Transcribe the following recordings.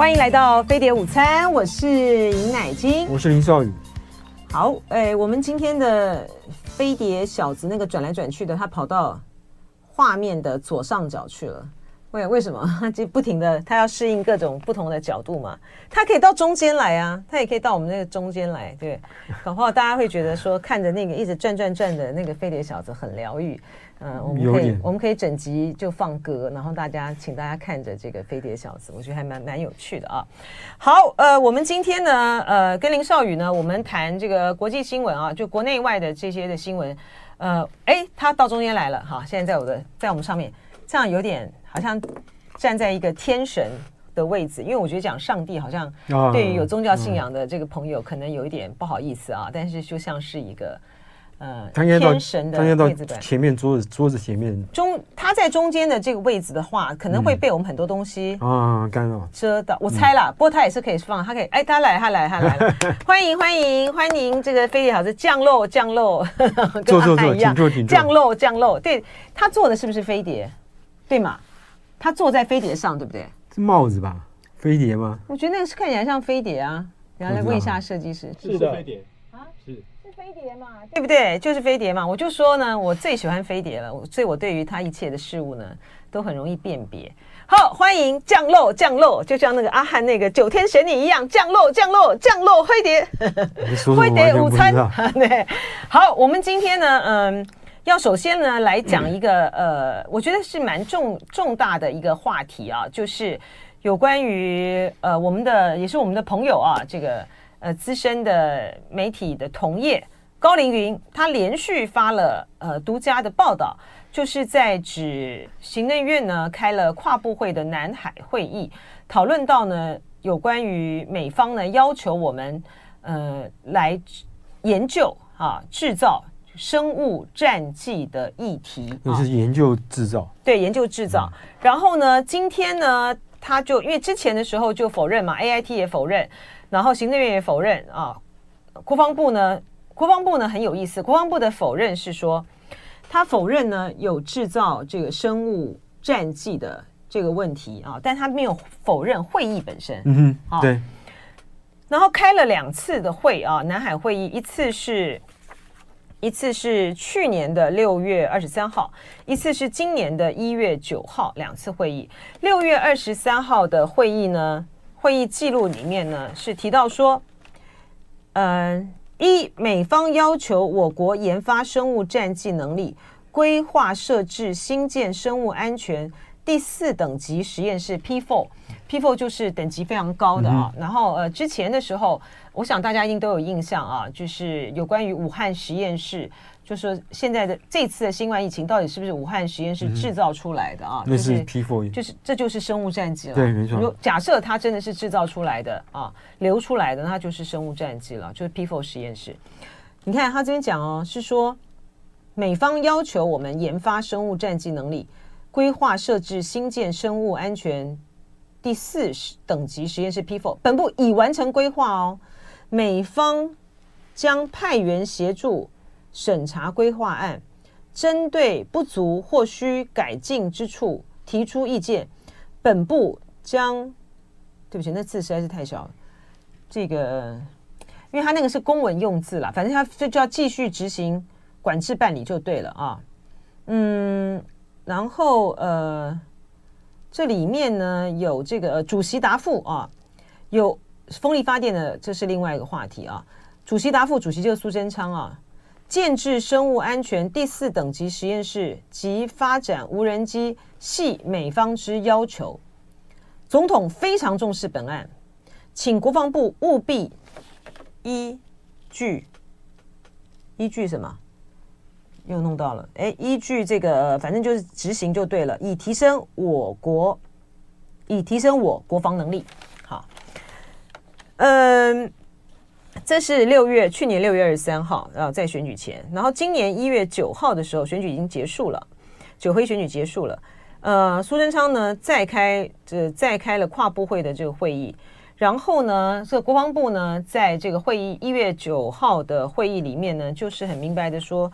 欢迎来到飞碟午餐，我是尹乃菁， 我是林少宇。 好，我们今天的飞碟小子那个转来转去的，他跑到画面的左上角去了。为什么？他就不停的，他要适应各种不同的角度嘛。他可以到中间来啊，他也可以到我们那个中间来，对。搞不好大家会觉得说，看着那个一直转的那个飞碟小子很疗愈。我们可以整集就放歌，然后请大家看着这个飞碟小子，我觉得还蛮有趣的啊。好，我们今天呢，跟林少宇呢，我们谈这个国际新闻啊，就国内外的这些的新闻。他到中间来了，好，现在在我们上面，这样有点好像站在一个天神的位置，因为我觉得讲上帝好像对于有宗教信仰的这个朋友可能有一点不好意思啊，但是就像是一个。天神的位置， 前面桌子前面他在中间的这个位置的话，可能会被我们很多东西干扰遮到。我猜啦，不过他也是可以放，他可以，他来了，欢迎这个飞碟小子降落，跟阿汉一样，降落，对，他坐的是不是飞碟？对嘛？他坐在飞碟上，对不对？ 是帽子吧？飞碟吗？ 我觉得那个是看起来像飞碟啊。然后来问一下设计师， 是的，飞碟啊，是飞碟嘛，对不对？就是飞碟嘛。我就说呢，我最喜欢飞碟了，所以我对于它一切的事物呢，都很容易辨别。好，欢迎降落，就像那个阿汉那个9天玄女一样，降落，飞碟，飞碟午餐。对，好，我们今天呢，要首先呢来讲一个我觉得是蛮重大的一个话题啊，就是有关于也是我们的朋友啊，这个。资深的媒体的同业高凌云，他连续发了独家的报道，就是在指行政院呢开了跨部会的南海会议，讨论到呢有关于美方呢要求我们来研究制造生物战剂的议题， 就是研究制造， 对，研究制造。然后呢，今天呢，他就因为之前的时候就否认嘛 ，AIT 也否认。然后行政院也否认啊，国防部呢很有意思，国防部的否认是说，他否认呢有制造这个生物战剂的这个问题啊，但他没有否认会议本身。 对。 然后开了2次的会啊，南海会议，一次是去年的6月23号，一次是今年的1月9号，2次会议。6月23号的会议呢？会议记录里面呢是提到说，美方要求我国研发生物战剂能力，规划设置新建生物安全第4等级实验室 P4 就是等级非常高的啊。然后之前的时候，我想大家一定都有印象啊，就是有关于武汉实验室。就是现在的这次的新冠疫情到底是不是武汉实验室制造出来的啊？ 那是 P4， 这就是生物战剂了。 对，没错。 如果假设它真的是制造出来的啊，流出来的，那它就是生物战剂了，就是 P4 实验室。你看他这边讲哦，是说美方要求我们研发生物战剂能力，规划设置新建生物安全第4等级实验室 P4， 本部已完成规划哦，美方将派员协助。审查规划案，针对不足或需改进之处提出意见，本部将，对不起，那字实在是太小了。这个，因为他那个是公文用字啦，反正他就要继续执行管制办理就对了啊。然后这里面呢有这个主席答复啊，有风力发电的，这是另外一个话题啊。主席答复，主席就是苏贞昌啊。建制生物安全第4等级实验室及发展无人机系美方之要求，总统非常重视本案，请国防部务必依据什么？又弄到了，依据这个，反正就是执行就对了，以提升我国国防能力。好，这是去年6月23号，在选举前，然后今年1月9号的时候，选举已经结束了，9合一选举结束了。苏贞昌呢再开了跨部会的这个会议，然后呢，这个国防部呢在这个会议1月9号的会议里面呢，就是很明白的说，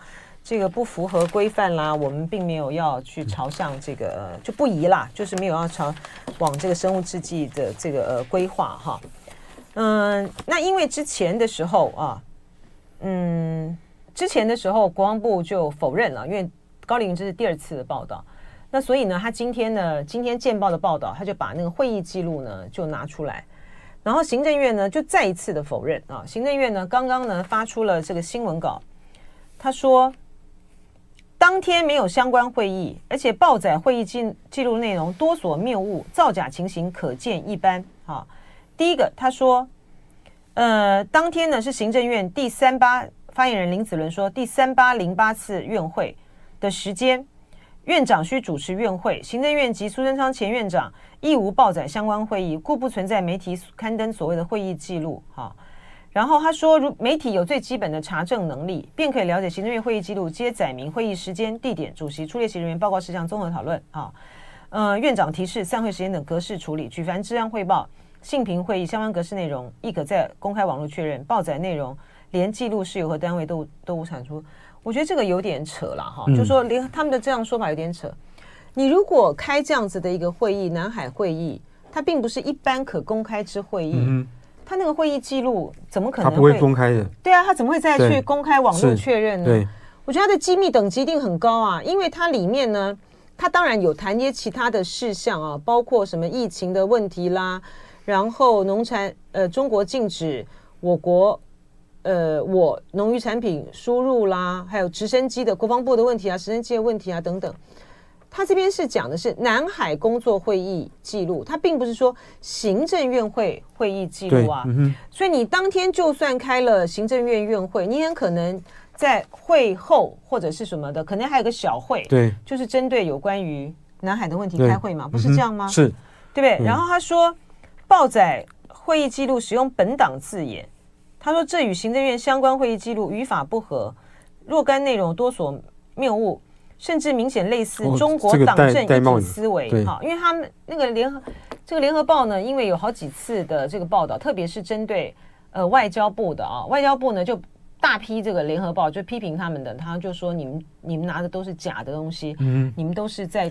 这个不符合规范啦，我们并没有要去朝向这个就不宜啦，就是没有要往这个生物制剂的这个规划哈。那因为之前的时候啊，之前的时候国防部就否认了，因为高凌云这是第2次的报道，那所以呢，他今天见报的报道，他就把那个会议记录呢就拿出来，然后行政院呢就再一次的否认啊。行政院呢刚刚呢发出了这个新闻稿，他说当天没有相关会议，而且报载会议记录内容多所谬误，造假情形可见一斑啊。第一个，他说，当天呢是行政院第38发言人林子伦说第3808次院会的时间，院长需主持院会，行政院及苏贞昌前院长亦无报载相关会议，故不存在媒体刊登所谓的会议记录哈。然后他说，如媒体有最基本的查证能力，便可以了解行政院会议记录皆载明会议时间、地点、主席、出列席人员、报告事项综合讨论啊。院长提示、散会时间等格式处理，举凡治安汇报、性平会议相关格式内容，亦可在公开网络确认。报载内容连记录事由和单位都无产出。我觉得这个有点扯了哈，就说连他们的这样说法有点扯。你如果开这样子的一个会议，南海会议，它并不是一般可公开之会议。他那个会议记录怎么可能他不会公开的？ 对啊，他怎么会再去公开网络确认呢？ 对， 我觉得他的机密等级一定很高啊，因为它里面呢，它当然有谈一些其他的事项啊，包括什么疫情的问题啦，然后中国禁止我国农渔产品输入啦，还有直升机的国防部的问题啊，直升机的问题啊等等。他这边是讲的是南海工作会议记录，他并不是说行政院会议记录啊。所以你当天就算开了行政院院会，你很可能在会后或者是什么的，可能还有个小会， 对， 就是针对有关于南海的问题开会嘛，不是这样吗？ 是， 对不对？然后他说，报载会议记录使用本党字眼，他说这与行政院相关会议记录语法不合，若干内容多所谬误，甚至明显类似中国党政一体思维，因为他们那个联合报呢，因为有好几次的这个报道，特别是针对外交部的啊，外交部呢就大批这个联合报就批评他们的，他就说你们拿的都是假的东西，你们都是在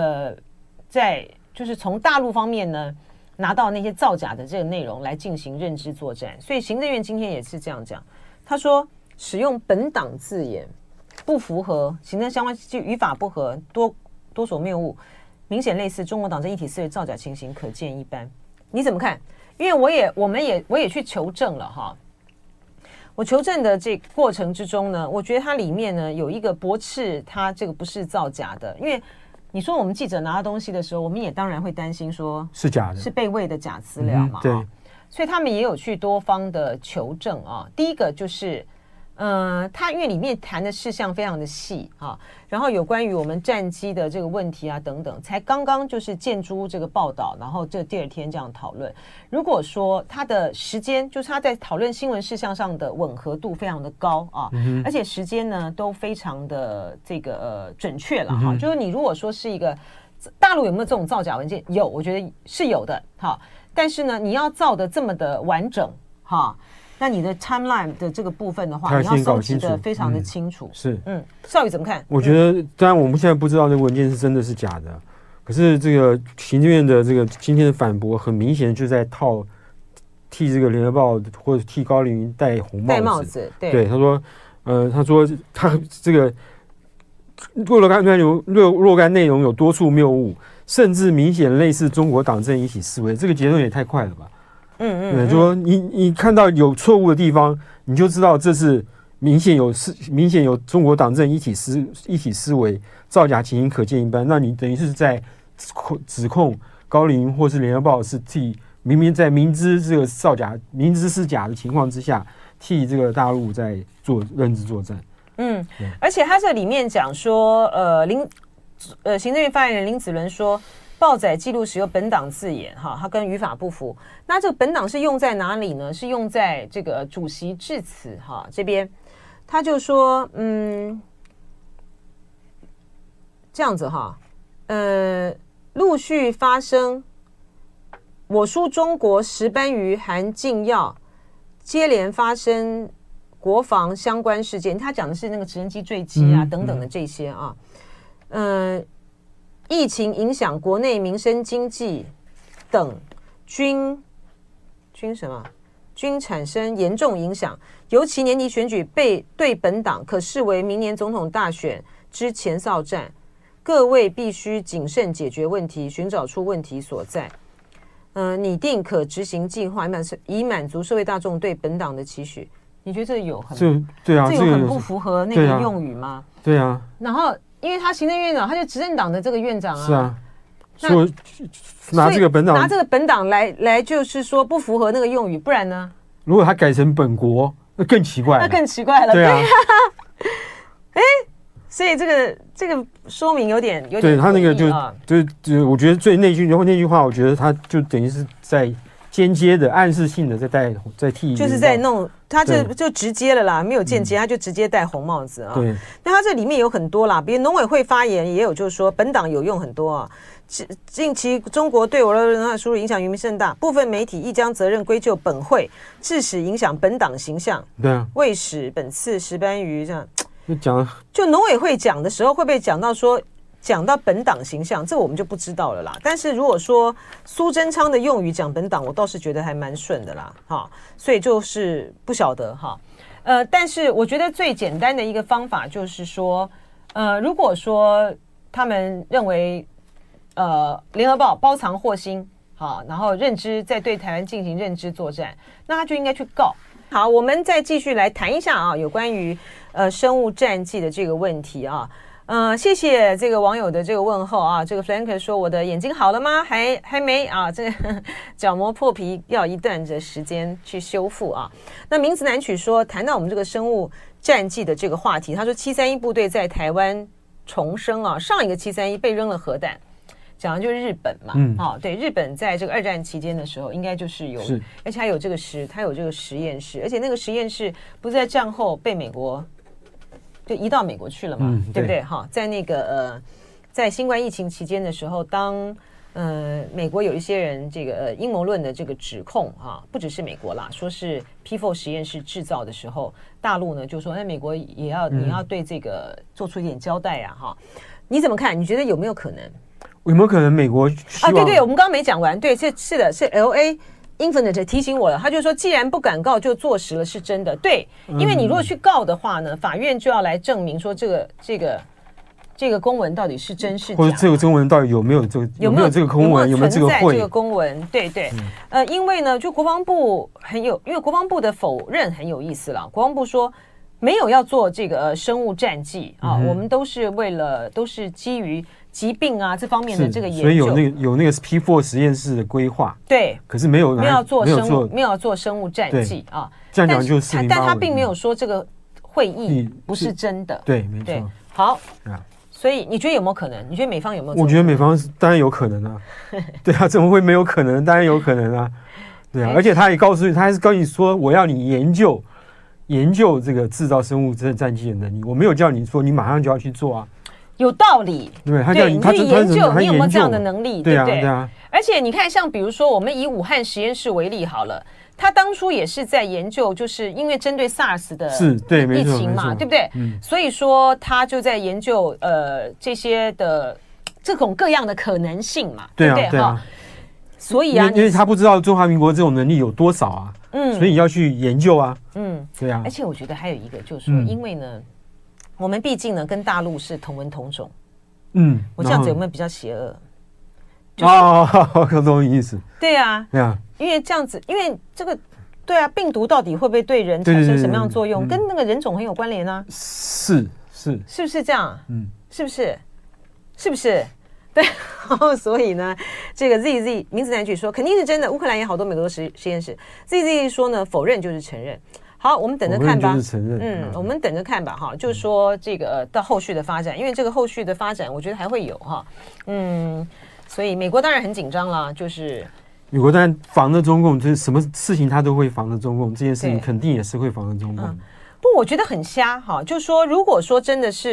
就是从大陆方面呢拿到那些造假的这个内容来进行认知作战，所以行政院今天也是这样讲，他说使用本党字眼不符合行政相关语法不合，多所谬误，明显类似中国党政一体思维造假情形可见一斑。你怎么看？因为我也去求证了哈。我求证的这过程之中呢，我觉得它里面呢有一个驳斥它这个不是造假的，因为你说我们记者拿到东西的时候，我们也当然会担心说是假的， 是被喂的假资料嘛。 对， 所以他们也有去多方的求证啊。第一个就是它因为里面谈的事项非常的细啊，然后有关于我们战机的这个问题啊等等，才刚刚就是建诸这个报道，然后这第2天这样讨论。如果说它的时间，就是他在讨论新闻事项上的吻合度非常的高啊，而且时间呢都非常的这个准确了哈。就是你如果说是一个大陆有没有这种造假文件？有，我觉得是有的哈。但是呢，你要造的这么的完整哈。那你的 timeline 的这个部分的话，你要收集的非常的清楚。 是， 少宇怎么看？ 我觉得，当然我们现在不知道这个文件是真的是假的，可是这个行政院的这个今天的反驳，很明显就在替这个联合报或者替高凌云戴红帽子。对，他说他这个若干内容有多处谬误，甚至明显类似中国党政一体思维，这个结论也太快了吧？就说你看到有错误的地方，你就知道这是明显有中国党政一体思维，造假情形可见一斑。那你等于是在指控高凌云或是联合报是明明在明知这个造假、明知是假的情况之下，替这个大陆在做认知作战。 而且他这里面讲说，行政院发言人林子伦说，报载记录使用本党字眼哈，它跟语法不符。那这个本党是用在哪里呢？是用在这个主席致辞哈这边，他就说这样子哈，陆续发生我书中国石斑鱼含禁药，接连发生国防相关事件，他讲的是那个直升机坠机啊等等的这些啊。疫情影响国内民生经济等均产生严重影响，尤其年底选举对本党可视为明年总统大选之前哨战，各位必须谨慎解决问题，寻找出问题所在。拟定可执行计划，以满足社会大众对本党的期许。你觉得这有很对啊， 这有很不符合那个用语吗？ 对啊。 然后，因为他行政院长，他就执政党的这个院长啊。 是啊。说拿这个本党来就是说不符合那个用语，不然呢？ 如果他改成本国，那更奇怪了。 那更奇怪了，对啊。所以这个说明有点对他那个就我觉得那句话，我觉得他就等于是在间接的、暗示性的在替， 就是在弄，他就直接了啦，没有间接，他就直接戴红帽子啊。 对， 那他这里面有很多啦，比如农委会发言也有，就是说本党有用很多啊。近期中国对我的输入影响余民甚大，部分媒体亦将责任归咎本会，致使影响本党形象。 对啊， 为使本次石斑鱼这样。 就农委会讲的时候，会不会讲到本党形象？这个我们就不知道了啦。但是如果说苏贞昌的用语讲本党，我倒是觉得还蛮顺的啦，哈。所以就是不晓得哈，但是我觉得最简单的一个方法就是说，如果说他们认为联合报包藏祸心，好，然后在对台湾进行认知作战，那他就应该去告。好，我们再继续来谈一下啊，有关于生物战剂的这个问题啊。谢谢这个网友的这个问候啊。这个 Frank 说我的眼睛好了吗？还没啊，这个角膜破皮要一段的时间去修复啊。那名字难取说谈到我们这个生物战剂的这个话题，他说731部队在台湾重生啊，上一个731被扔了核弹。讲的就是日本嘛，对，日本在这个二战期间的时候，应该就是有，而且它有这个实验室，而且那个实验室不是在战后被美国就移到美国去了嘛，对不对？哈，在那个在新冠疫情期间的时候，当美国有一些人这个阴谋论的这个指控哈，不只是美国啦，说是 P4 实验室制造的时候，大陆呢就说，美国也要你要对这个做出一点交代啊，哈，你怎么看？你觉得有没有可能？ 有没有可能美国对，我们刚刚没讲完。对，是的，是 LA Infinite 提醒我了，他就说既然不敢告，就坐实了是真的。对，因为你如果去告的话呢，法院就要来证明说这个公文到底是真是假， 或者这个公文到底有没有这个公文，有没有这个会这个公文？对对，因为呢，就国防部因为国防部的否认很有意思了，国防部说。没有要做这个生物战剂啊，我们都是基于疾病啊这方面的这个研究， 所以有那个 P4 实验室的规划， 对， 可是没有要做生物战剂啊。 这样讲就是， 但他并没有说这个会议不是真的， 对，没错。 好，所以你觉得有没有可能？你觉得美方有没有？ 我觉得美方当然有可能啊，对啊，怎么会没有可能？当然有可能啊，对啊，而且他还是告诉你说，我要你研究这个制造生物战剂的能力，我没有叫你说你马上就要去做啊， 有道理。 对，他叫你去研究， 你有没有这样的能力？ 对啊， 对不对？ 对啊。 而且你看，像比如说我们以武汉实验室为例好了，他当初也是在研究，就是因为针对 SARS 的疫情嘛，对不对？所以说他就在研究这些的这种各样的可能性嘛，对不对？ 对啊。 所以啊， 因为他不知道中华民国这种能力有多少啊。所以要去研究啊，对啊。 而且我觉得还有一个就是说，因为呢，我们毕竟呢跟大陆是同文同种，我这样子有没有比较邪恶？ 有懂意思。 对啊， 对啊， 因为这样子，因为这个，对啊，病毒到底会不会对人产生什么样的作用，跟那个人种很有关联啊。是不是这样？是不是？对，所以呢，这个 ZZ 名字难取说肯定是真的，乌克兰也好多美国的实验室。ZZ 说呢，否认就是承认。好，我们等着看吧。我们等着看吧，哈，就是说这个到后续的发展，因为这个后续的发展，我觉得还会有哈，所以美国当然很紧张啦，就是美国当然防着中共，就是什么事情他都会防着中共，这件事情肯定也是会防着中共。 不，我觉得很瞎哈，就是说，如果说真的是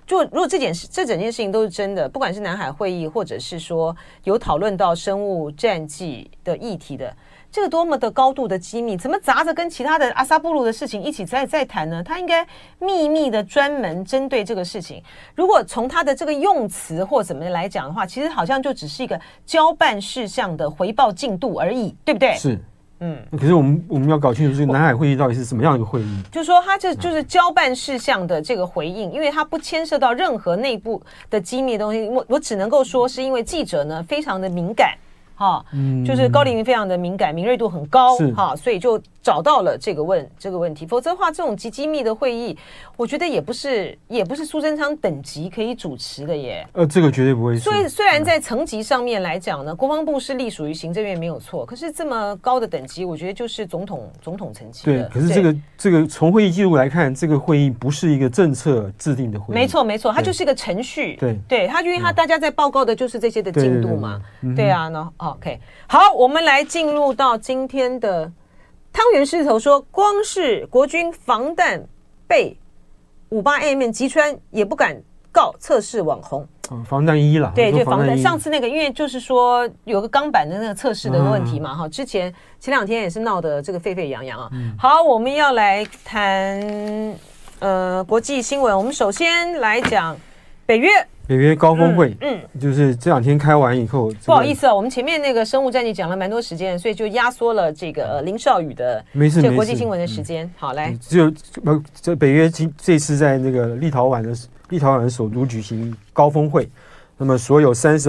就如果这整件事情都是真的，不管是南海会议，或者是说有讨论到生物战剂的议题的，这个多么的高度的机密，怎么砸着跟其他的阿萨布鲁的事情一起再谈呢？他应该秘密的专门针对这个事情。如果从他的这个用词或怎么来讲的话，其实好像就只是一个交办事项的回报进度而已，对不对？ 是。可是我们要搞清楚这个南海会议到底是什么样的一个会议， 就是说它就是交办事项的这个回应，因为它不牵涉到任何内部的机密的东西，我只能够说是因为记者呢非常的敏感。就是高凌云非常的敏感，敏锐度很高，所以就找到了这个问题。否则的话，这种极机密的会议，我觉得也不是苏贞昌等级可以主持的耶。 这个绝对不会是。 所以虽然在层级上面来讲呢，国防部是隶属于行政院没有错，可是这么高的等级，我觉得就是总统层级的。 对，可是这个从会议记录来看，这个会议不是一个政策制定的会议。 没错，它就是一个程序。对，它因为大家在报告的就是这些的进度嘛。对啊，呢。OK， 好，我们来进入到今天的汤圆狮头说，光是国军防弹被58AM 击穿，也不敢告测试网红。 防弹衣啦， 对，防弹。上次那个，因为就是说有个钢板的那个测试的问题嘛，前2天也是闹得这个沸沸扬扬啊。好，我们要来谈国际新闻，我们首先来讲北约高峰会，就是这2天开完以后， 不好意思啊，我们前面那个生物战役讲了蛮多时间，所以就压缩了这个林少宇的这个国际新闻的时间。好，来， 这北约这次在那个立陶宛首都举行高峰会，那么所有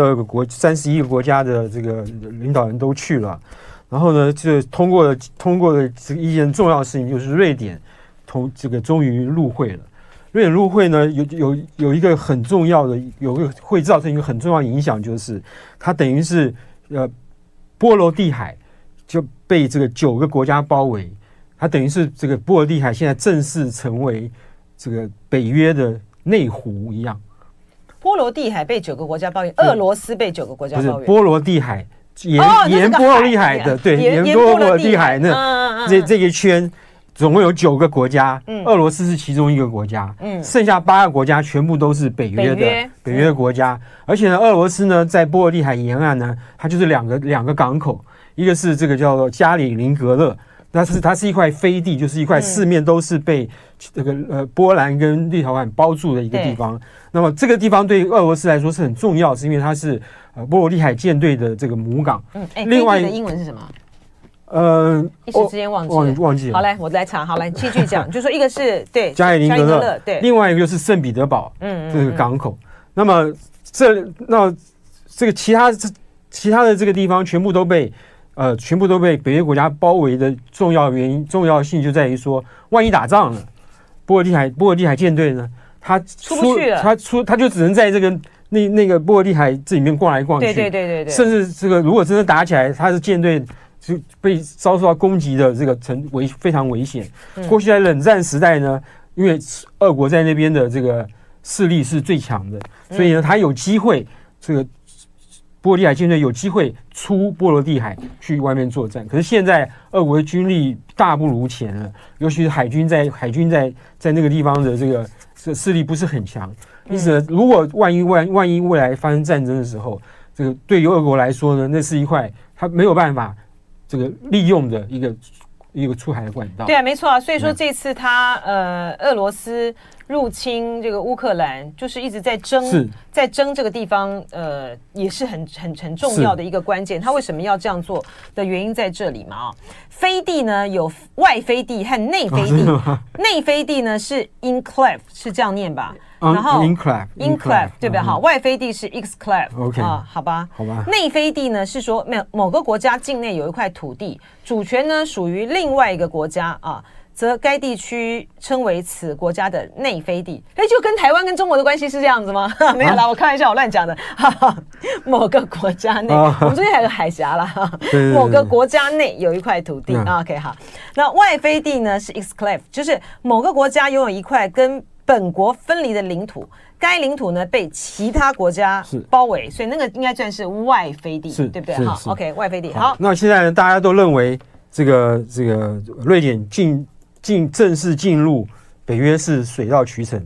31个国家的这个领导人都去了，然后呢，就通过了这个一件重要的事情，就是瑞典终于入会了。瑞典入会呢，有一个很重要的，会造成一个很重要的影响，就是它等于是波罗的海就被这个9个国家包围，它等于是这个波罗的海现在正式成为这个北约的内湖一样。 波罗的海被9个国家包围，俄罗斯被9个国家包围， 不是波罗的海沿波罗的海的，对，沿波罗的海这一圈。总共有9个国家，俄罗斯是其中一个国家，剩下8个国家全部都是北约的国家。而且呢，俄罗斯呢在波罗的海沿岸呢，它就是两个港口，一个是这个叫做加里宁格勒，它是一块飞地，就是一块四面都是被这个波兰跟立陶宛包住的一个地方。那么这个地方对俄罗斯来说是很重要，是因为它是波罗的海舰队的这个母港。 另外的英文是什么？一时之间忘记了。好，来，我来查。好，来继续讲，就说一个是对加里宁格勒，对，另外一个就是圣彼得堡，这个港口。那么这个其他的这个地方全部都被北约国家包围的重要性就在于说，万一打仗了，波罗的海舰队呢，它出不去了， 它就只能在这个那个波罗的海这里面逛来逛去，对，甚至这个如果真的打起来，它是舰队。就被遭受到攻击的这个非常危险。过去在冷战时代呢，因为俄国在那边的这个势力是最强的，所以呢，他有机会这个波罗的海舰队有机会出波罗的海去外面作战。可是现在俄国的军力大不如前了，尤其是海军在那个地方的这个势力不是很强。因此呢，如果万一未来发生战争的时候，这个对于俄国来说呢，那是一块他没有办法这个利用的一个出海的管道。 对啊，没错啊。所以说这次俄罗斯入侵这个乌克兰，就是一直在争这个地方，也是很重要的一个关键。他为什么要这样做的原因在这里嘛？飞地呢有外飞地和内飞地，内飞地呢是 enclave， 是这样念吧？然后 enclave 对不对？好，外飞地是 exclave， 好吧。内飞地呢是说某个国家境内有一块土地，主权呢属于另外一个国家啊，则该地区称为此国家的内飞地。就跟台湾跟中国的关系是这样子吗？没有啦，我开玩笑，我乱讲的。某个国家内，我们这边还有海峡啦。某个国家内有一块土地。OK， 好。那外飞地呢是 exclave， 就是某个国家拥有一块跟本国分离的领土，该领土呢被其他国家包围，所以那个应该算是外飞地，对不对？好 ，OK， 外飞地。好， 那现在呢，大家都认为这个瑞典正式进入北约是水到渠成，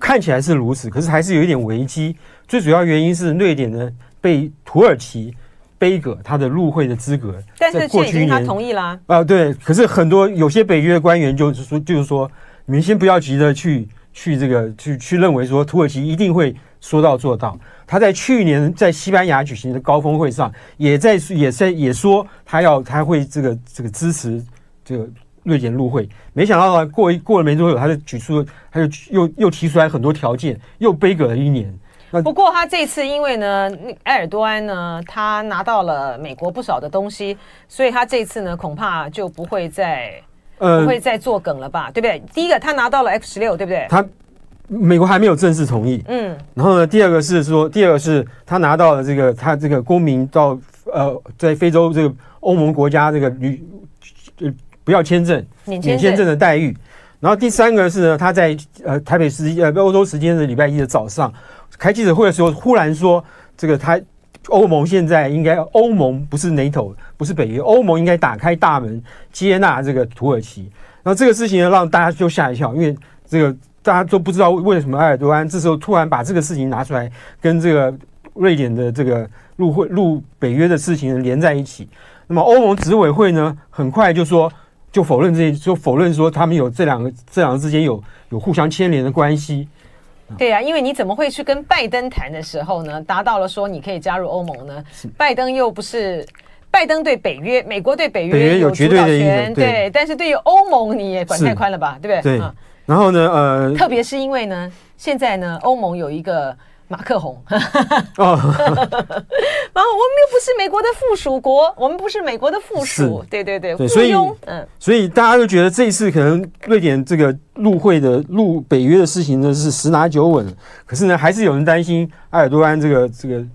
看起来是如此，可是还是有一点危机。最主要原因是瑞典呢被土耳其杯葛他的入会的资格， 但是现在已经他同意啦。 对，可是有些北约官员就是说，你们先不要急着去认为说土耳其一定会说到做到。他在去年在西班牙举行的高峰会上，也说他会这个支持这个瑞典入会。没想到呢，过了没多久，他就又提出来很多条件，又杯葛了1年。 不过他这次因为呢，埃尔多安呢，他拿到了美国不少的东西，所以他这次呢，恐怕就不会再作梗了吧，对不对？第一个，他拿到了 F-16，对不对？ 美国还没有正式同意。然后呢，第二个是他拿到了他这个公民到在非洲这个欧盟国家这个不要签证、免签证的待遇。然后第三个是呢，他在台北欧洲时间的礼拜1的早上开记者会的时候，忽然说欧盟现在欧盟不是 NATO， 不是北约，欧盟应该打开大门接纳这个土耳其。然后这个事情呢，让大家就吓一跳，因为大家都不知道为什么埃尔多安这时候突然把这个事情拿出来跟这个瑞典的这个入北约的事情连在一起。那么欧盟执委会呢，很快就否认说他们有这两个之间有互相牵连的关系。 对啊，因为你怎么会去跟拜登谈的时候呢，达到了说你可以加入欧盟呢？拜登又不是拜登对北约，美国对北约有绝对的权，对，但是对于欧盟你也管太宽了吧，对不对？ 对。然后呢， 特别是因为呢，现在呢，欧盟有一个马克宏，然后我们又不是美国的附属国，我们不是美国的附属，对， 所以大家都觉得这一次可能瑞典这个入北约的事情呢是十拿九稳，可是呢，还是有人担心埃尔多安这个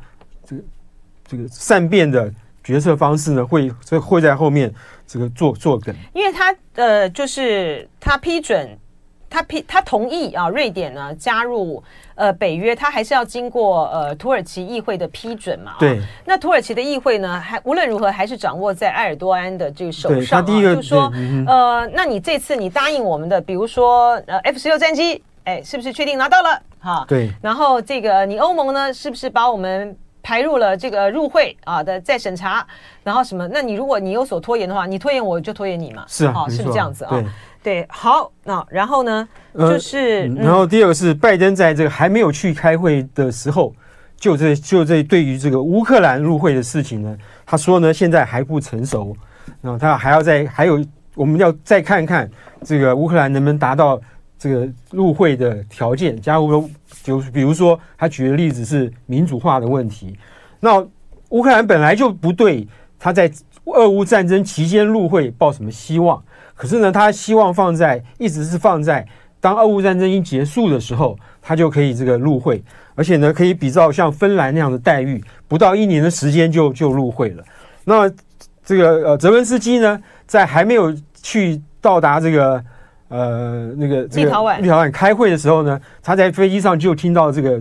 善变的决策方式呢会在后面这个做梗， 因为他就是他批准。他同意啊，瑞典呢加入北约，他还是要经过土耳其议会的批准嘛。 对。 那土耳其的议会呢，无论如何还是掌握在埃尔多安的这个手上。 他第一个就说那你这次你答应我们的，比如说F-16战机，是不是确定拿到了？哈。 对。 然后这个你欧盟呢，是不是把我们排入了这个入会的再审查？然后什么？那你如果你有所拖延的话，你拖延我就拖延你嘛。 是啊， 是不是这样子啊？ 对。 对，好，那然后呢， 然后第二个是拜登在这个还没有去开会的时候，就对于这个乌克兰入会的事情呢，他说呢现在还不成熟，然后他我们要再看看这个乌克兰能不能达到这个入会的条件，就是比如说他举的例子是民主化的问题，那乌克兰本来就不对他在俄乌战争期间入会抱什么希望。可是呢，他希望一直是放在当俄乌战争一结束的时候，他就可以这个入会，而且呢，可以比照像芬兰那样的待遇，不到1年的时间就入会了。那这个泽伦斯基呢，在还没有去到达这个立陶宛开会的时候呢，他在飞机上就听到这个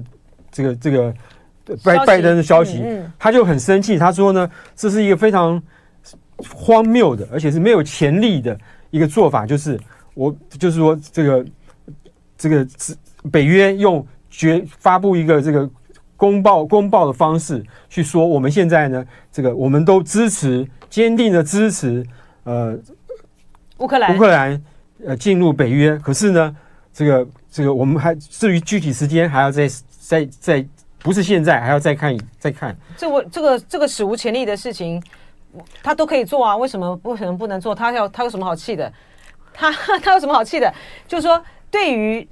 拜登的消息，他就很生气，他说呢，这是一个非常荒谬的，而且是没有潜力的一个做法，就是说这个北约发布一个这个公报的方式去说，我们现在呢，我们都坚定的支持乌克兰进入北约，可是呢，这个我们还至于具体时间还要再不是现在，还要再看。 这个史无前例的事情。他都可以做啊，为什么不能做？他有什么好气的？他有什么好气的？就是说，对于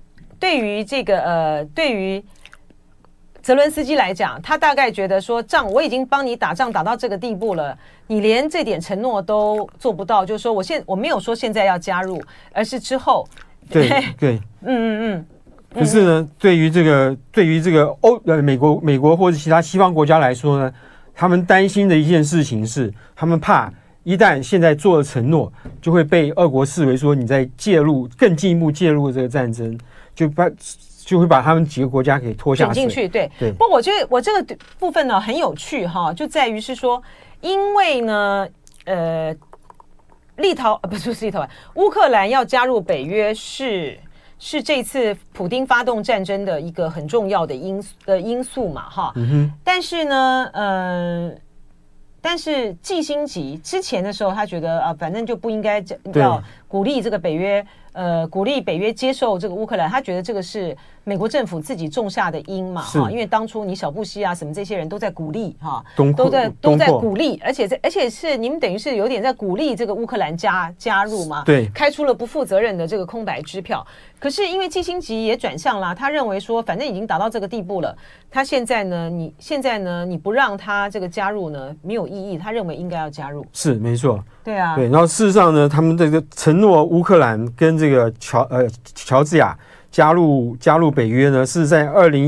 泽伦斯基来讲，他大概觉得说，我已经帮你打仗打到这个地步了，你连这点承诺都做不到，就是说我没有说现在要加入，而是之后。 对，可是呢，对于这个美国或者其他西方国家来说呢？他们担心的一件事情是，他们怕一旦现在做了承诺，就会被俄国视为说你在更进一步介入这个战争，就会把他们几个国家给拖下水进去。对。不过我觉得我这个部分呢很有趣哈，就在于是说，因为呢，乌克兰要加入北约是是这次普丁发动战争的一个很重要的因素嘛，哈。但是呢，但是季辛吉之前的时候，他觉得啊，反正就不应该要鼓励这个北约，鼓励北约接受这个乌克兰，他觉得这个是美国政府自己种下的因嘛，哈，因为当初你小布希啊什么这些人都在鼓励哈，都在鼓励，而且是你们等于是有点在鼓励这个乌克兰加入嘛， 对， 开出了不负责任的这个空白支票。可是因为季辛吉也转向了，他认为说反正已经达到这个地步了，他现在呢你不让他这个加入呢没有意义，他认为应该要加入。是没错，对啊，对。然后事实上呢，他们这个承诺乌克兰跟这个乔治亚加入北约呢，是在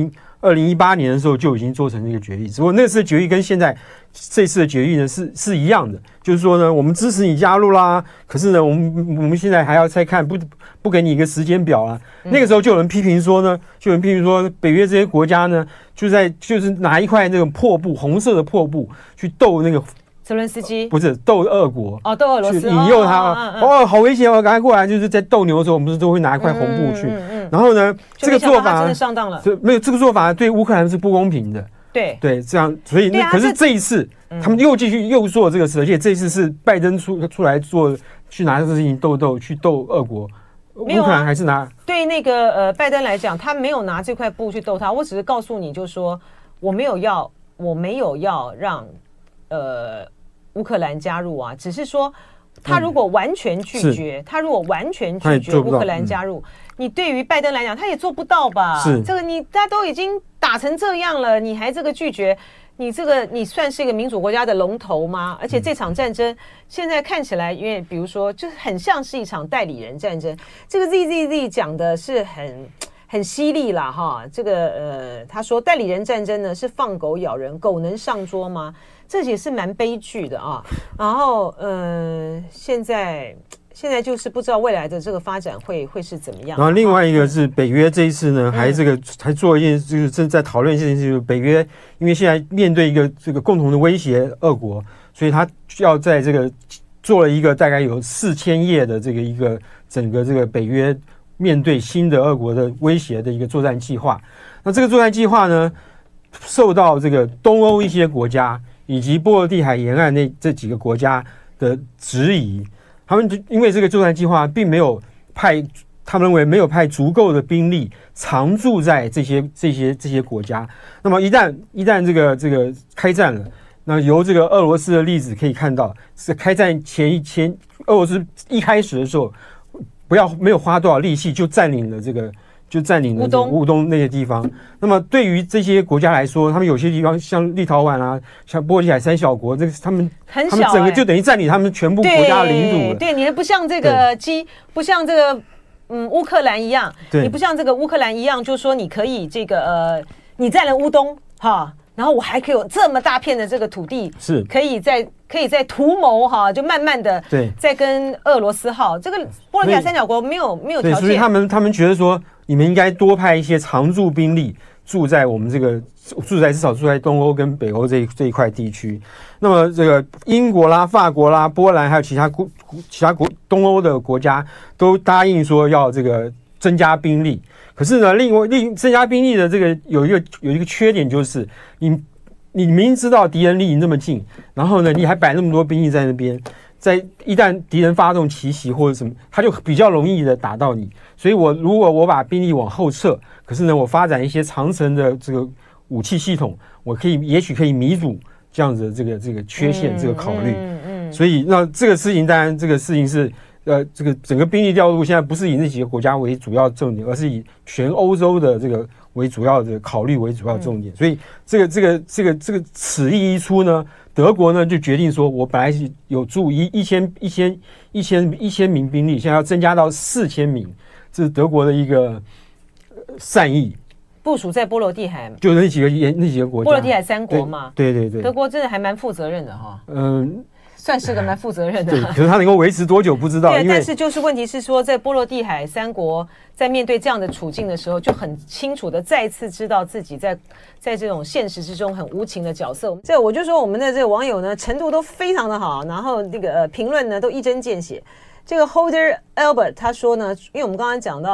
2018年的时候就已经做成这个决议，只不过那次的决议跟现在这次的决议呢是一样的，就是说呢，我们支持你加入啦，可是呢，我们现在还要再看，不给你一个时间表啊。那个时候就有人批评说呢，北约这些国家呢，就是拿一块那个破布，红色的破布去斗那个泽伦斯基，不是斗俄国哦，斗俄罗斯，引诱他好危险哦，赶快过来！就是在斗牛的时候，我们不是都会拿一块红布去，然后呢，这个做法真的上当了，没有这个做法对乌克兰是不公平的，对，这样，所以可是这一次他们又继续做这个事，而且这一次是拜登出来去拿这个事情去斗俄国。乌克兰还是拿对那个拜登来讲，他没有拿这块布去斗他，我只是告诉你，就是说我没有要让乌克兰加入啊，只是说他如果完全拒绝，乌克兰加入，你对于拜登来讲，他也做不到吧？是这个大家都已经打成这样了，你还这个拒绝？你算是一个民主国家的龙头吗？而且这场战争现在看起来，因为比如说，就是很像是一场代理人战争。这个 ZZZ 讲的是很犀利啦，哈。这个他说代理人战争呢是放狗咬人，狗能上桌吗？这也是蛮悲剧的啊。然后现在就是不知道未来的这个发展会是怎么样。然后另外一个是北约这一次呢，还做一件，就是正在讨论一件事情，就是北约因为现在面对一个这个共同的威胁俄国，所以他要在这个做了一个大概有4000页的这个一个整个这个北约面对新的俄国的威胁的一个作战计划。那这个作战计划呢，受到这个东欧一些国家以及波罗的海沿岸这几个国家的质疑。他们因为这个作战计划并没有他们认为没有派足够的兵力常驻在这些国家。那么一旦这个开战了，那由这个俄罗斯的例子可以看到，是开战前俄罗斯一开始的时候，没有花多少力气就占领了乌东那些地方。那么对于这些国家来说，他们有些地方像立陶宛啊，像波罗的海三小国，这个他们整个就等于占领他们全部国家的领土了。对，你还不像这个不像这个乌克兰一样，你不像这个乌克兰一样，就是说你可以这个你占了乌东哈，然后我还可以有这么大片的这个土地，是可以在图谋哈，就慢慢的在跟俄罗斯这个波罗的海三角国没有条件，所以他们觉得说，你们应该多派一些常驻兵力住在我们这个至少住在东欧跟北欧这一块地区。那么这个英国啦、法国啦、波兰还有其他东欧的国家都答应说要这个增加兵力。可是呢，增加兵力的这个有一个缺点，就是你明知道敌人离你那么近，然后呢你还摆那么多兵力在那边，一旦敌人发动奇袭或者什么，他就比较容易的打到你。所以如果我把兵力往后撤，可是呢我发展一些长程的这个武器系统，也许可以弥补这样子的这个缺陷，这个考虑。所以那这个事情，当然这个事情是这个整个兵力调度现在不是以那几个国家为主要重点，而是以全欧洲的这个为主要的考虑为主要重点。所以这个此意一出呢，德国呢就决定说，我本来是有驻1000名兵力，现在要增加到4000名，这是德国的一个善意。部署在波罗的海，就那几个国家，波罗的海三国嘛。对，德国真的还蛮负责任的哈。算是个蛮负责任的。对，可是他能够维持多久不知道。对，但是就是问题是说，在波罗的海三国在面对这样的处境的时候，就很清楚的再次知道自己在这种现实之中很无情的角色。这我就说我们的这个网友呢，程度都非常的好，然后这个评论呢都一针见血。这个 Holder Albert 他说呢，因为我们刚刚讲到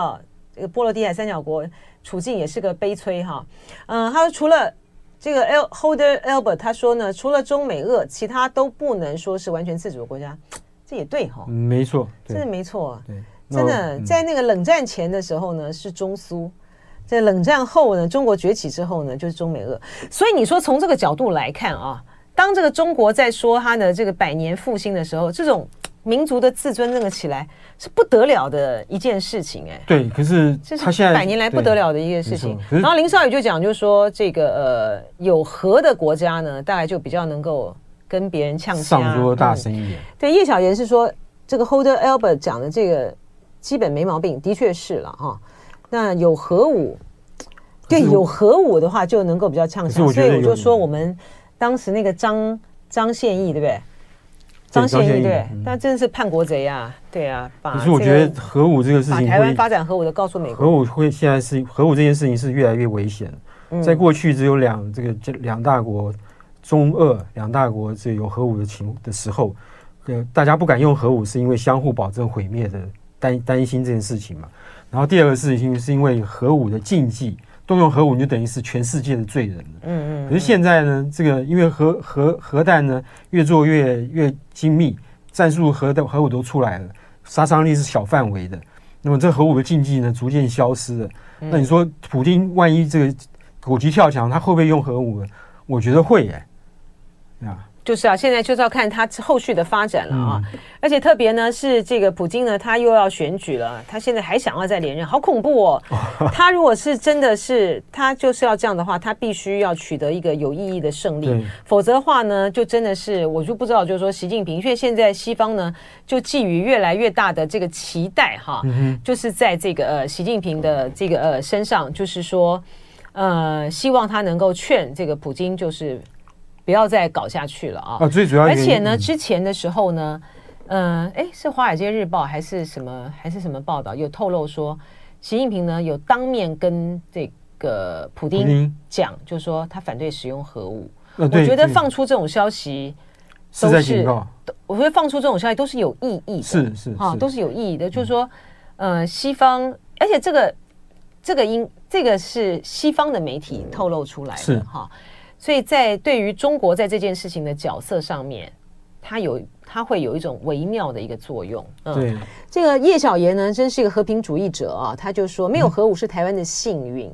这个波罗的海三角国处境也是个悲催哈。他说除了这个 Holder Albert 他说呢，除了中美俄，其他都不能说是完全自主的国家，这也对哈， 没错， 真的没错， 对， 真的在那个冷战前的时候呢是中苏，在冷战后呢，中国崛起之后呢就是中美俄，所以你说从这个角度来看啊，当这个中国在说它的这个100年复兴的时候，这种民族的自尊那个起来是不得了的一件事情对，可是他现在 100年来不得了的一件事情。然后林少宇就讲，就说这个有核的国家呢，大概就比较能够跟别人呛下， 上桌大声一点。 对，叶小妍是说这个 Holder Albert 讲的这个基本没毛病，的确是了哈。那有核武，对，有核武的话就能够比较呛下，所以我就说我们当时那个张宪义，对不对？张宪义对，但真的是叛国贼啊！对啊， 可是我觉得核武这个事情， 把台湾发展核武的告诉美国， 核武会现在是核武这件事情是越来越危险。在过去只有两大国，中俄两大国这有核武的时候，大家不敢用核武，是因为相互保证毁灭的担心这件事情嘛。然后第二个事情是因为核武的禁忌。动用核武就等于是全世界的罪人了。可是现在呢，这个因为核弹呢越做越精密，战术核武都出来了，杀伤力是小范围的。那么这核武的禁忌呢逐渐消失了。那你说普丁万一这个狗急跳墙，他会不会用核武？我觉得会就是啊，现在就是要看他后续的发展了啊。而且特别呢是这个普丁呢，他又要选举了，他现在还想要再连任，好恐怖哦。他如果是真的是他就是要这样的话，他必须要取得一个有意义的胜利，否则的话呢，就真的是我就不知道，就是说习近平，因为现在西方呢就寄予越来越大的这个期待哈，就是在这个习近平的这个身上，就是说希望他能够劝这个普丁就是不要再搞下去了啊！ 最主要而且呢，之前的时候呢，是《华尔街日报》还是什么报道有透露说，习近平呢有当面跟这个普丁讲，就是说他反对使用核武。我觉得放出这种消息是在警告。 我觉得放出这种消息都是有意义的， 是都是有意义的。就是说，西方，而且这个是西方的媒体透露出来的哈。所以对于中国在这件事情的角色上面，它会有一种微妙的一个作用。 对， 这个叶小妍呢，真是一个和平主义者啊，他就说没有核武是台湾的幸运。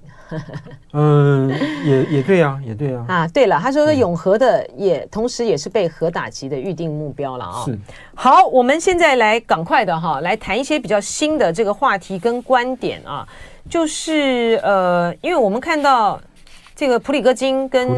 也对啊，也对啊。 啊，对了，他说永和的同时也是被核打击的预定目标了啊。 是。 好，我们现在来赶快的来谈一些比较新的这个话题跟观点啊，就是因为我们看到。这个普里戈金跟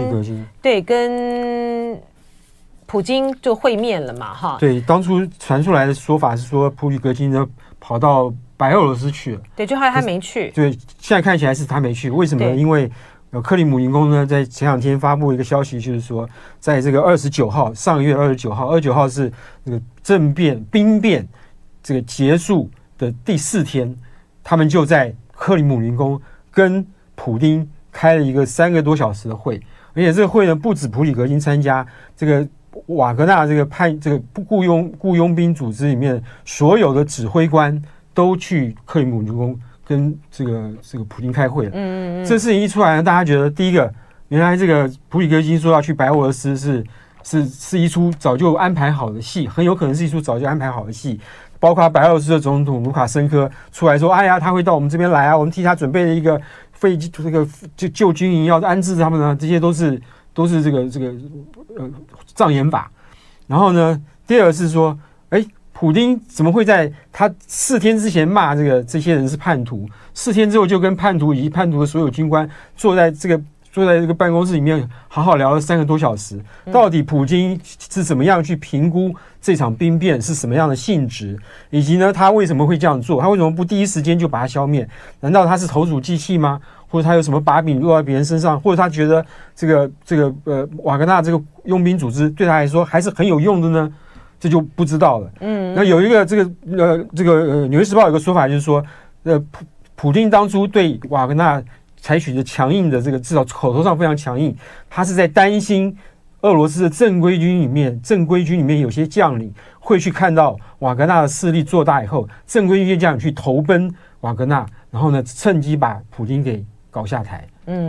普京就会面了嘛，哈。 对，当初传出来的说法是说普里戈金呢跑到白俄罗斯去了。 对，就后来他没去。 对，现在看起来是他没去，为什么呢？因为克里姆林宫呢在前两天发布一个消息，就是说在这个29号，上个月29号是这个兵变这个结束的第4天，他们就在克里姆林宫跟普丁开了一个3个多小时的会，而且这个会呢不止普里戈金参加，这个瓦格纳这个雇佣兵组织里面所有的指挥官都去克里姆林宫跟这个普丁开会了。这事情一出来呢，大家觉得第一个，原来这个普里戈金说要去白俄罗斯是一出早就安排好的戏，很有可能是一出早就安排好的戏。包括白俄罗斯的总统卢卡申科出来说：“哎呀，他会到我们这边来啊，我们替他准备了一个这个旧军营要安置他们呢，这些都是这个障眼法。然后呢，第二个是说，普丁怎么会在他4天之前骂这些人是叛徒，4天之后就跟叛徒以及叛徒的所有军官坐在这个办公室里面好好聊了3个多小时，到底普京是怎么样去评估这场兵变是什么样的性质，以及呢他为什么会这样做，他为什么不第一时间就把它消灭？难道他是投鼠忌器吗？或者他有什么把柄落在别人身上？或者他觉得这个瓦格纳这个佣兵组织对他来说还是很有用的呢？这就不知道了。那有一个纽约时报有个说法，就是说普丁当初对瓦格纳采取的强硬的至少口头上非常强硬，他是在担心俄罗斯的正规军里面有些将领会去看到瓦格纳的势力做大以后，正规军将领去投奔瓦格纳，然后呢趁机把普丁给搞下台。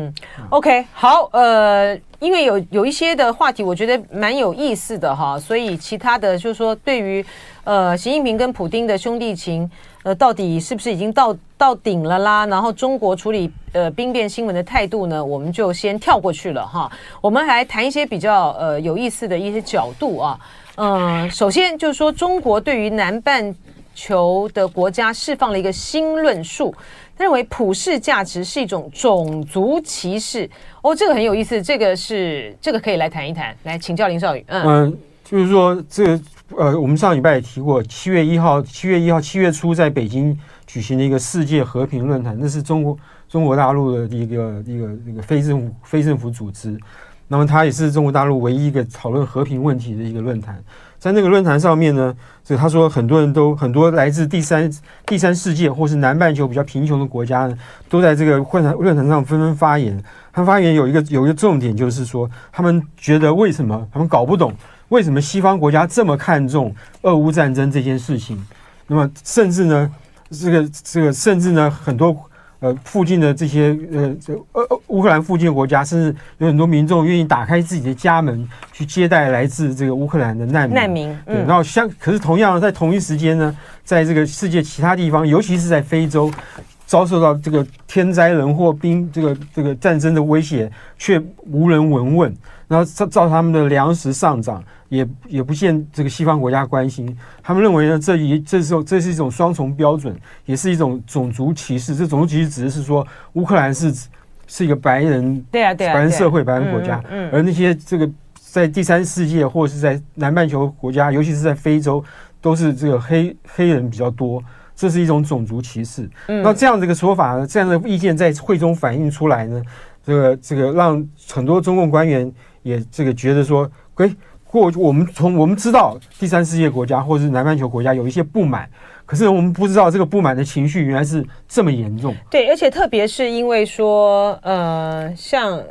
OK， 好，因为有一些的话题，我觉得蛮有意思的哈，所以其他的就是说，对于习近平跟普丁的兄弟情，到底是不是已经到顶了啦？然后中国处理兵变新闻的态度呢，我们就先跳过去了哈。我们来谈一些比较有意思的一些角度啊。首先就是说，中国对于南半球的国家释放了一个新论述。认为普世价值是一种种族歧视这个很有意思，这个可以来谈一谈，来请教林少宇。 就是说这个我们上礼拜也提过，7月初在北京举行的一个世界和平论坛，那是中国大陆的一个非政府组织，那么它也是中国大陆唯一一个讨论和平问题的一个论坛。在那个论坛上面呢，他说很多来自第三世界或是南半球比较贫穷的国家呢，都在这个论坛上纷纷发言。他发言有一个重点，就是说他们觉得他们搞不懂为什么西方国家这么看重俄乌战争这件事情。那么甚至呢，甚至呢很多附近的这些乌克兰附近的国家，甚至有很多民众愿意打开自己的家门去接待来自这个乌克兰的难民。对，然后可是同样在同一时间呢，在这个世界其他地方，尤其是在非洲，遭受到这个天灾人祸、这个战争的威胁，却无人闻问。然后照他们的粮食上涨，也不见这个西方国家关心。他们认为呢，这是一种双重标准，也是一种种族歧视。这种族歧视指的是说，乌克兰是一个白人社会、白人国家，而那些这个在第三世界或者是在南半球国家，尤其是在非洲，都是这个黑人比较多。这是一种种族歧视。那这样的一个说法呢，这样的意见在会中反映出来呢，这个让很多中共官员也觉得说，我们知道第三世界国家或者是南半球国家有一些不满，可是我们不知道这个不满的情绪原来是这么严重。 对，而且特别是因为说，像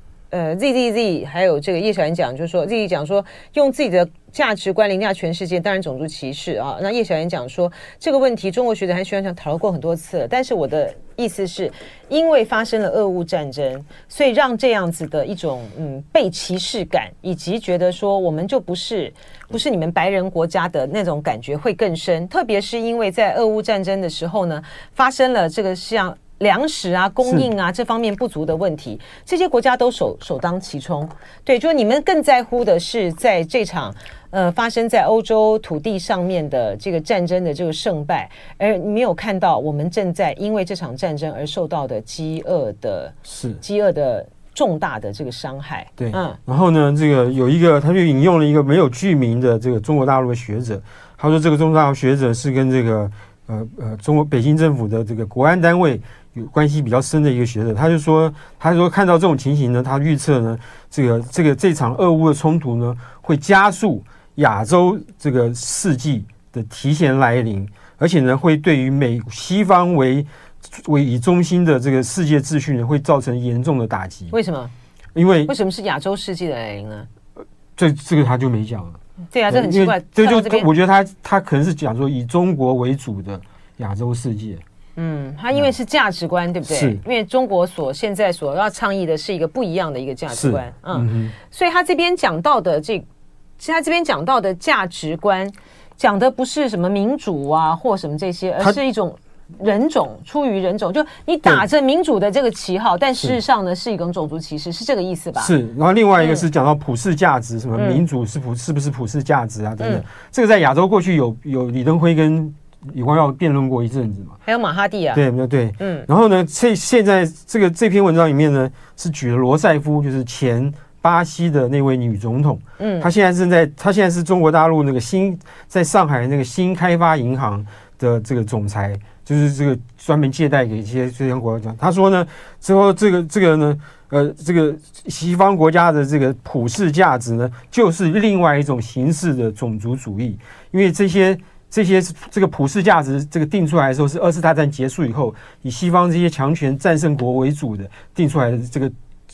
ZZZ 还有这个叶小妍讲，就是说 ZZZ 讲说用自己的价值观凌驾全世界，当然种族歧视啊。那叶小妍讲说这个问题，中国学者和学生讨论过很多次了，但是我的意思是，因为发生了俄乌战争，所以让这样子的一种被歧视感，以及觉得说我们就不是你们白人国家的那种感觉会更深。特别是因为在俄乌战争的时候呢，发生了这个像粮食啊、供应啊这方面不足的问题，这些国家都首当其冲。对，就你们更在乎的是在这场发生在欧洲土地上面的这个战争的这个胜败，而你没有看到我们正在因为这场战争而受到的饥饿的重大的这个伤害。 对，然后呢，这个有一个他就引用了一个没有具名的这个中国大陆的学者，他说这个中国大陆学者是跟这个中国北京政府的这个国安单位有关系比较深的一个学者。他说看到这种情形呢，他预测呢，这场俄乌的冲突呢，会加速亚洲这个世纪的提前来临，而且呢，会对于西方为以中心的这个世界秩序呢，会造成严重的打击。 为什么？为什么是亚洲世纪的来临呢？ 这个他就没讲了。 对啊，这很奇怪。 我觉得他可能是讲说以中国为主的亚洲世界。 他因为是价值观，对不对？是，因为中国现在所要倡议的是一个不一样的一个价值观。所以他这边讲到的价值观，讲的不是什么民主啊或什么这些，而是一种出于人种，就你打着民主的这个旗号，但事实上呢是一种种族歧视，是这个意思吧？是。 然后另外一个是讲到普世价值，什么民主是不是普世价值啊等等。这个在亚洲过去有李登辉跟李光耀辩论过一阵子嘛， 还有马哈蒂啊， 对，然后呢，现在这篇文章里面呢是举了罗塞夫，就是前巴西的那位女总统，她现在是中国大陆那个在上海那个新开发银行的这个总裁，就是这个专门借贷给一些这些国家。他说呢，之后这个西方国家的这个普世价值呢，就是另外一种形式的种族主义，因为这个普世价值这个定出来的时候是二次大战结束以后，以西方这些强权战胜国为主的定出来的这个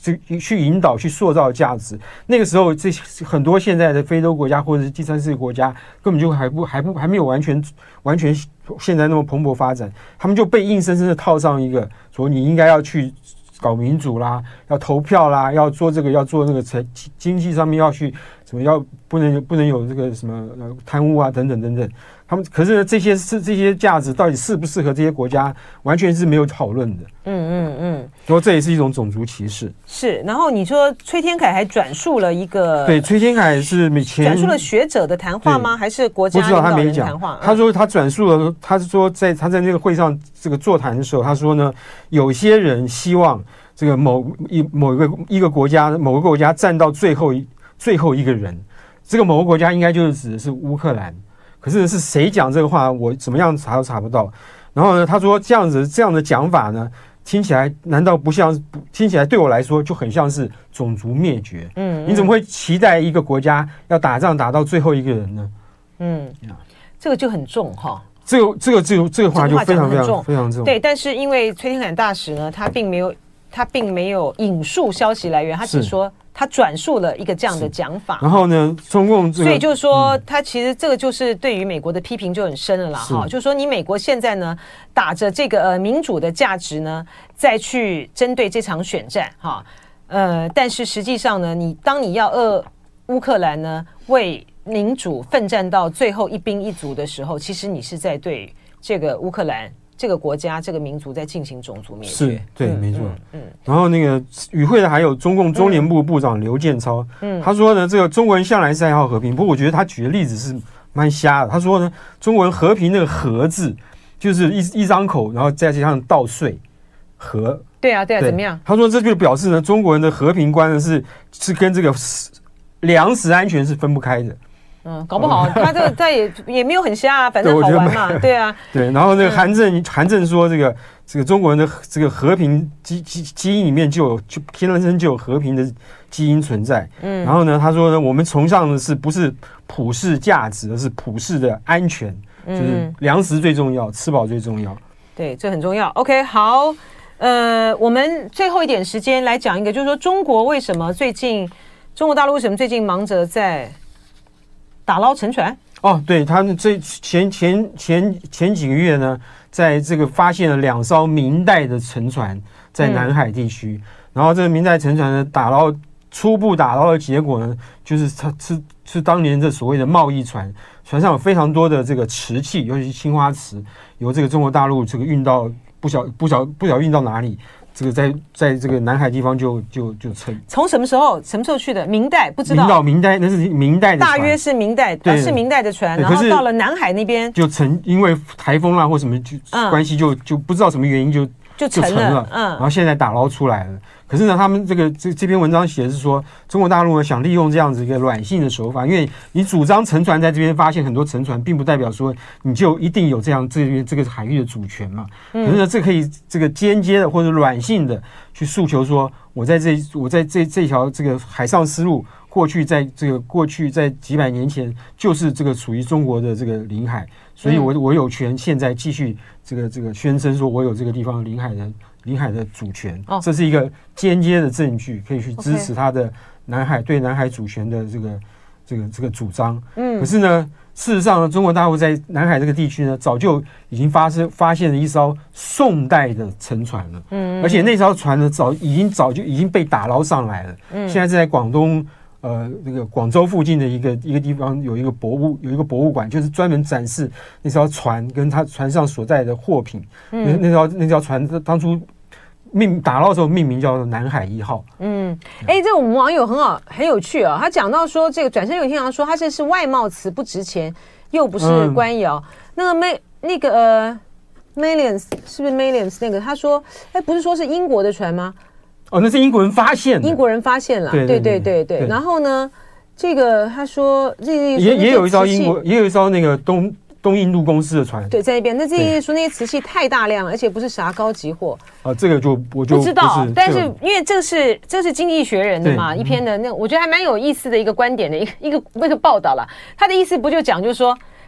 去引导、去塑造价值。那个时候，这很多现在的非洲国家或者是第三世界国家，根本就还没有完全现在那么蓬勃发展，他们就被硬生生的套上一个说你应该要去搞民主啦，要投票啦，要做这个，要做那个经济上面要去什么，要不能有这个什么贪污啊等等等等。他们可是呢，这些价值到底适不适合这些国家，完全是没有讨论的。说这也是一种种族歧视。 是，然后你说崔天凯还转述了一个， 对，崔天凯是转述了学者的谈话吗？还是国家领导人谈话？ 他说他转述了，他是说他在那个会上这个座谈的时候，他说呢，有些人希望这个某一个国家某个国家站到最后一个人，这个某个国家应该就是指的是乌克兰。可是是谁讲这个话，我怎么样查都查不到。然后呢，他说这样的讲法呢，听起来难道不像？听起来对我来说就很像是种族灭绝。你怎么会期待一个国家要打仗打到最后一个人呢？ 这个就很重哈。 这个话就非常重。 对，但是因为崔天凯大使呢，他并没有引述消息来源，他只说他转述了一个这样的讲法。 然后呢，中共所以就是说，他其实这个就是对于美国的批评就很深了啦。就是说你美国现在呢打着这个民主的价值呢，再去针对这场选战但是实际上呢，当你要乌克兰呢为民主奋战到最后一兵一卒的时候，其实你是在对这个乌克兰这个国家这个民族在进行种族灭绝。 是，对，没错。然后那个与会的还有中共中联部部长刘建超，他说呢，这个中国人向来是爱好和平，不过我觉得他举的例子是蛮瞎的。他说呢，中国人和平那个和字就是一张口，然后再加上稻穗和。 对啊，怎么样？ 他说这就表示呢，中国人的和平观呢是跟这个粮食安全是分不开的。 搞不好他这个也没有很瞎啊，反正好玩嘛，对啊， 对。然后那个韩正说，这个中国人的这个和平基因里面就天生就有和平的基因存在。然后呢，他说呢，我们崇尚的是不是普世价值，而是普世的安全，就是粮食最重要，吃饱最重要。 对，这很重要。OK， 好，我们最后一点时间来讲一个，就是说中国大陆为什么最近忙着在打捞沉船？ 对，他们这前几个月呢，在这个发现了2艘明代的沉船在南海地区，然后这个明代沉船的初步打捞的结果呢，就是它是当年这所谓的贸易船，船上有非常多的这个瓷器，尤其是青花瓷，由这个中国大陆这个运到不晓运到哪里。这个在这个南海地方就沉。从什么时候去的？明代不知道。 明代那是明代的船， 大约是明代，是明代的船。然后到了南海那边就因为台风啦或什么关系就不知道什么原因就沉了。然后现在打捞出来了。可是呢，他们这篇文章写的是说，中国大陆呢想利用这样子一个软性的手法，因为你主张沉船在这边发现很多沉船，并不代表说你就一定有这个海域的主权嘛。可是呢，这可以这个间接的或者软性的去诉求说，我在这条这个海上丝路过去在几百年前就是这个属于中国的这个领海，所以我有权现在继续这个宣称说我有这个地方领海的主权。这是一个间接的证据，可以去支持他的对南海主权的这个主张。可是呢，事实上呢，中国大陆在南海这个地区呢，早就已经发现了一艘宋代的沉船了。而且那艘船呢，早就已经被打捞上来了。现在是在广东那个广州附近的一个地方有一个博物馆，就是专门展示那艘船跟它船上所在的货品。那条船当初打捞的时候命名叫做南海1号。 这我们网友很有趣啊，他讲到说这个转身有听到说它是外贸词，不值钱，又不是官窑。那个Millions 是不是 Millions 那个？他说，不是说是英国的船吗？ 那是英国人发现的。 英国人发现了，对。然后呢，这个他说， 也有一艘那个东印度公司的船， 对，在那边。那这些说那些瓷器太大量了，而且不是啥高级货。 这个我就不知道。但是因为这是经济学人的嘛一篇的，那我觉得还蛮有意思的一个观点的一个报道了。他的意思不就讲就是说，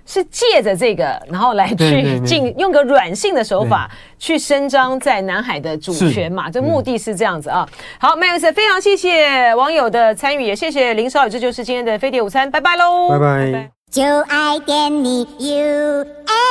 是借着这个，然后来去用个软性的手法去伸张在南海的主权嘛，这目的是这样子啊。好，蛮有意思，非常谢谢网友的参与，也谢谢林少宇，这就是今天的飞碟午餐，拜拜喽， 拜拜。 就爱点你 UFO。